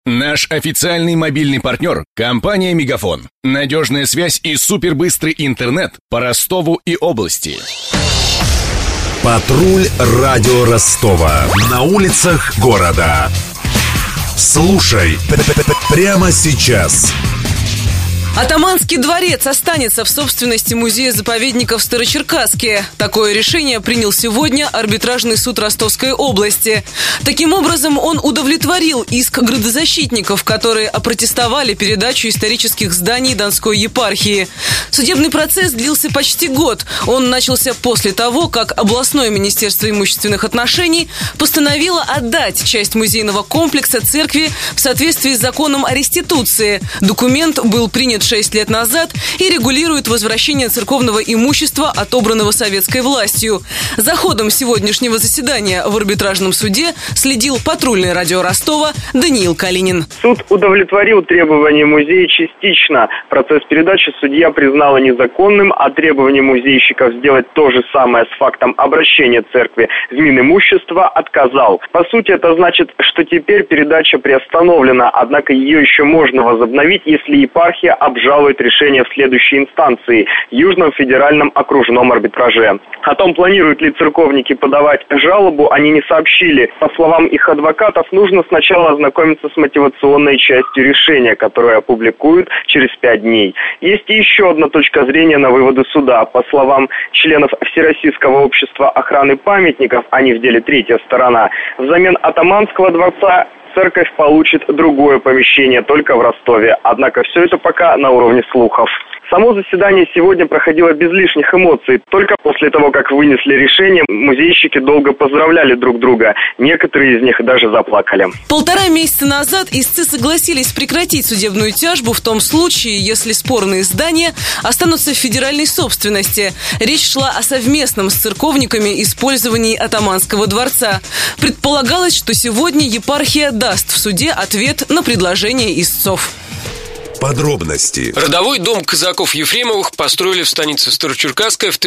Наш официальный мобильный партнер – компания «Мегафон». Надежная связь и супербыстрый интернет по Ростову и области. Патруль радио Ростова. На улицах города. Слушай прямо сейчас. Атаманский дворец останется в собственности музея-заповедника в Старочеркасске. Такое решение принял сегодня арбитражный суд Ростовской области. Таким образом, он удовлетворил иск градозащитников, которые опротестовали передачу исторических зданий Донской епархии. Судебный процесс длился почти год. Он начался после того, как областное министерство имущественных отношений постановило отдать часть музейного комплекса церкви в соответствии с законом о реституции. Документ был принят 6 лет назад и регулирует возвращение церковного имущества, отобранного советской властью. За ходом сегодняшнего заседания в арбитражном суде следил патрульный радио Ростова Даниил Калинин. Суд удовлетворил требования музея частично. Процесс передачи судья признала незаконным, а требование музейщиков сделать то же самое с фактом обращения церкви в Минимущество отказал. По сути, это значит, что теперь передача приостановлена, однако ее еще можно возобновить, если епархия обжалует решение в следующей инстанции – Южном федеральном окружном арбитраже. О том, планируют ли церковники подавать жалобу, они не сообщили. По словам их адвокатов, нужно сначала ознакомиться с мотивационной частью решения, которое опубликуют через 5 дней. Есть и еще одна точка зрения на выводы суда. По словам членов Всероссийского общества охраны памятников, они в деле третья сторона, взамен Атаманского дворца церковь получит другое помещение только в Ростове. Однако все это пока на уровне слухов. Само заседание сегодня проходило без лишних эмоций. Только после того, как вынесли решение, музейщики долго поздравляли друг друга. Некоторые из них даже заплакали. 1,5 месяца назад истцы согласились прекратить судебную тяжбу в том случае, если спорные здания останутся в федеральной собственности. Речь шла о совместном с церковниками использовании Атаманского дворца. Предполагалось, что сегодня епархия даст в суде ответ на предложение истцов. Подробности. Родовой дом казаков-Ефремовых построили в станице Старочеркасская в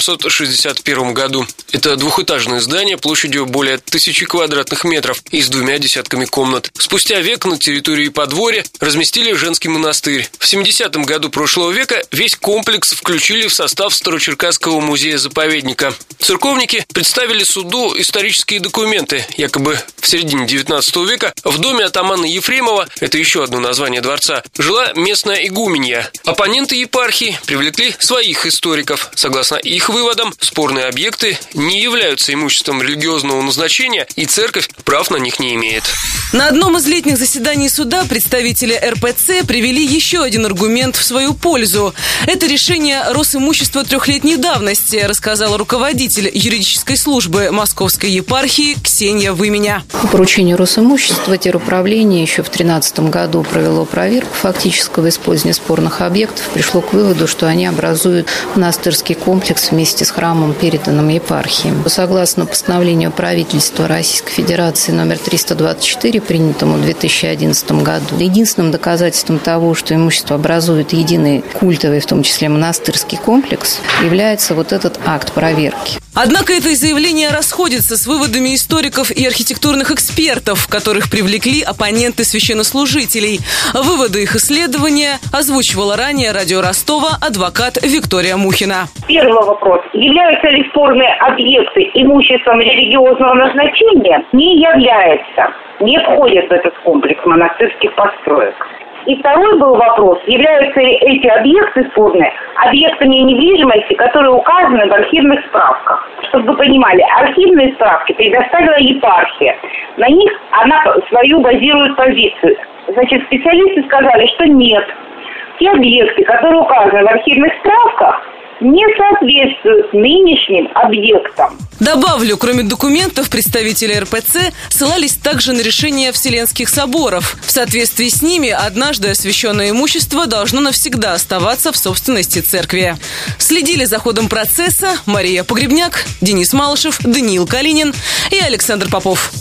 1761 году. Это двухэтажное здание площадью более 1000 квадратных метров и с 2 десятками комнат. Спустя век на территории подворья разместили женский монастырь. В 70-м году прошлого века весь комплекс включили в состав Старочеркасского музея-заповедника. Церковники представили суду исторические документы. Якобы в середине 19 века в доме атамана Ефремова, это еще одно название дворца, жила местная игуменья. Оппоненты епархии привлекли своих историков. Согласно их выводам, спорные объекты не являются имуществом религиозного назначения, и церковь прав на них не имеет. На одном из летних заседаний суда представители РПЦ привели еще один аргумент в свою пользу. Это решение Росимущества 3-летней давности, рассказала руководитель юридической службы Московской епархии Ксения Выменя. По поручению Росимущества теруправление еще в 2013 году провело проверку фактического использования спорных объектов, пришло к выводу, что они образуют монастырский комплекс вместе с храмом, переданным епархии. Согласно постановлению правительства Российской Федерации номер 324, принятому в 2011 году, единственным доказательством того, что имущество образует единый культовый, в том числе монастырский комплекс, является вот этот акт проверки. Однако это заявление расходится с выводами историков и архитектурных экспертов, которых привлекли оппоненты священнослужителей. Выводы их исследования озвучивала ранее радио Ростова адвокат Виктория Мухина. Первый вопрос. Являются ли спорные объекты имуществом религиозного назначения? Не являются. Не входят в этот комплекс монастырских построек. И второй был вопрос, являются ли эти объекты спорные объектами недвижимости, которые указаны в архивных справках. Чтобы вы понимали, архивные справки предоставила епархия. На них она свою базирует позицию. Значит, специалисты сказали, что нет. Те объекты, которые указаны в архивных справках, не соответствуют нынешним объектам. Добавлю, кроме документов, представители РПЦ ссылались также на решения Вселенских соборов. В соответствии с ними, однажды освященное имущество должно навсегда оставаться в собственности церкви. Следили за ходом процесса Мария Погребняк, Денис Малышев, Даниил Калинин и Александр Попов.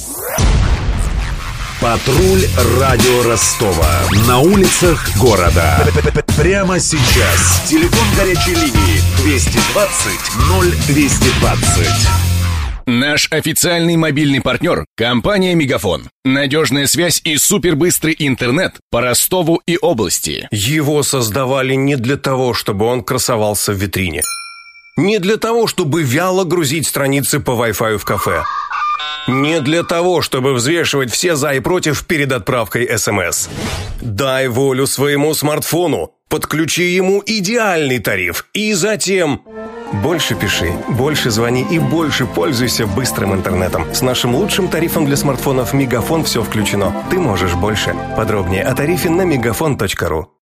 Патруль радио Ростова. На улицах города. Прямо сейчас. Телефон горячей линии 220 0220. Наш официальный мобильный партнер – компания «Мегафон». Надежная связь и супербыстрый интернет по Ростову и области. Его создавали не для того, чтобы он красовался в витрине. Не для того, чтобы вяло грузить страницы по Wi-Fi в кафе. Не для того, чтобы взвешивать все за и против перед отправкой СМС. Дай волю своему смартфону, подключи ему идеальный тариф и затем... Больше пиши, больше звони и больше пользуйся быстрым интернетом. С нашим лучшим тарифом для смартфонов «Мегафон» все включено. Ты можешь больше. Подробнее о тарифе на megafon.ru.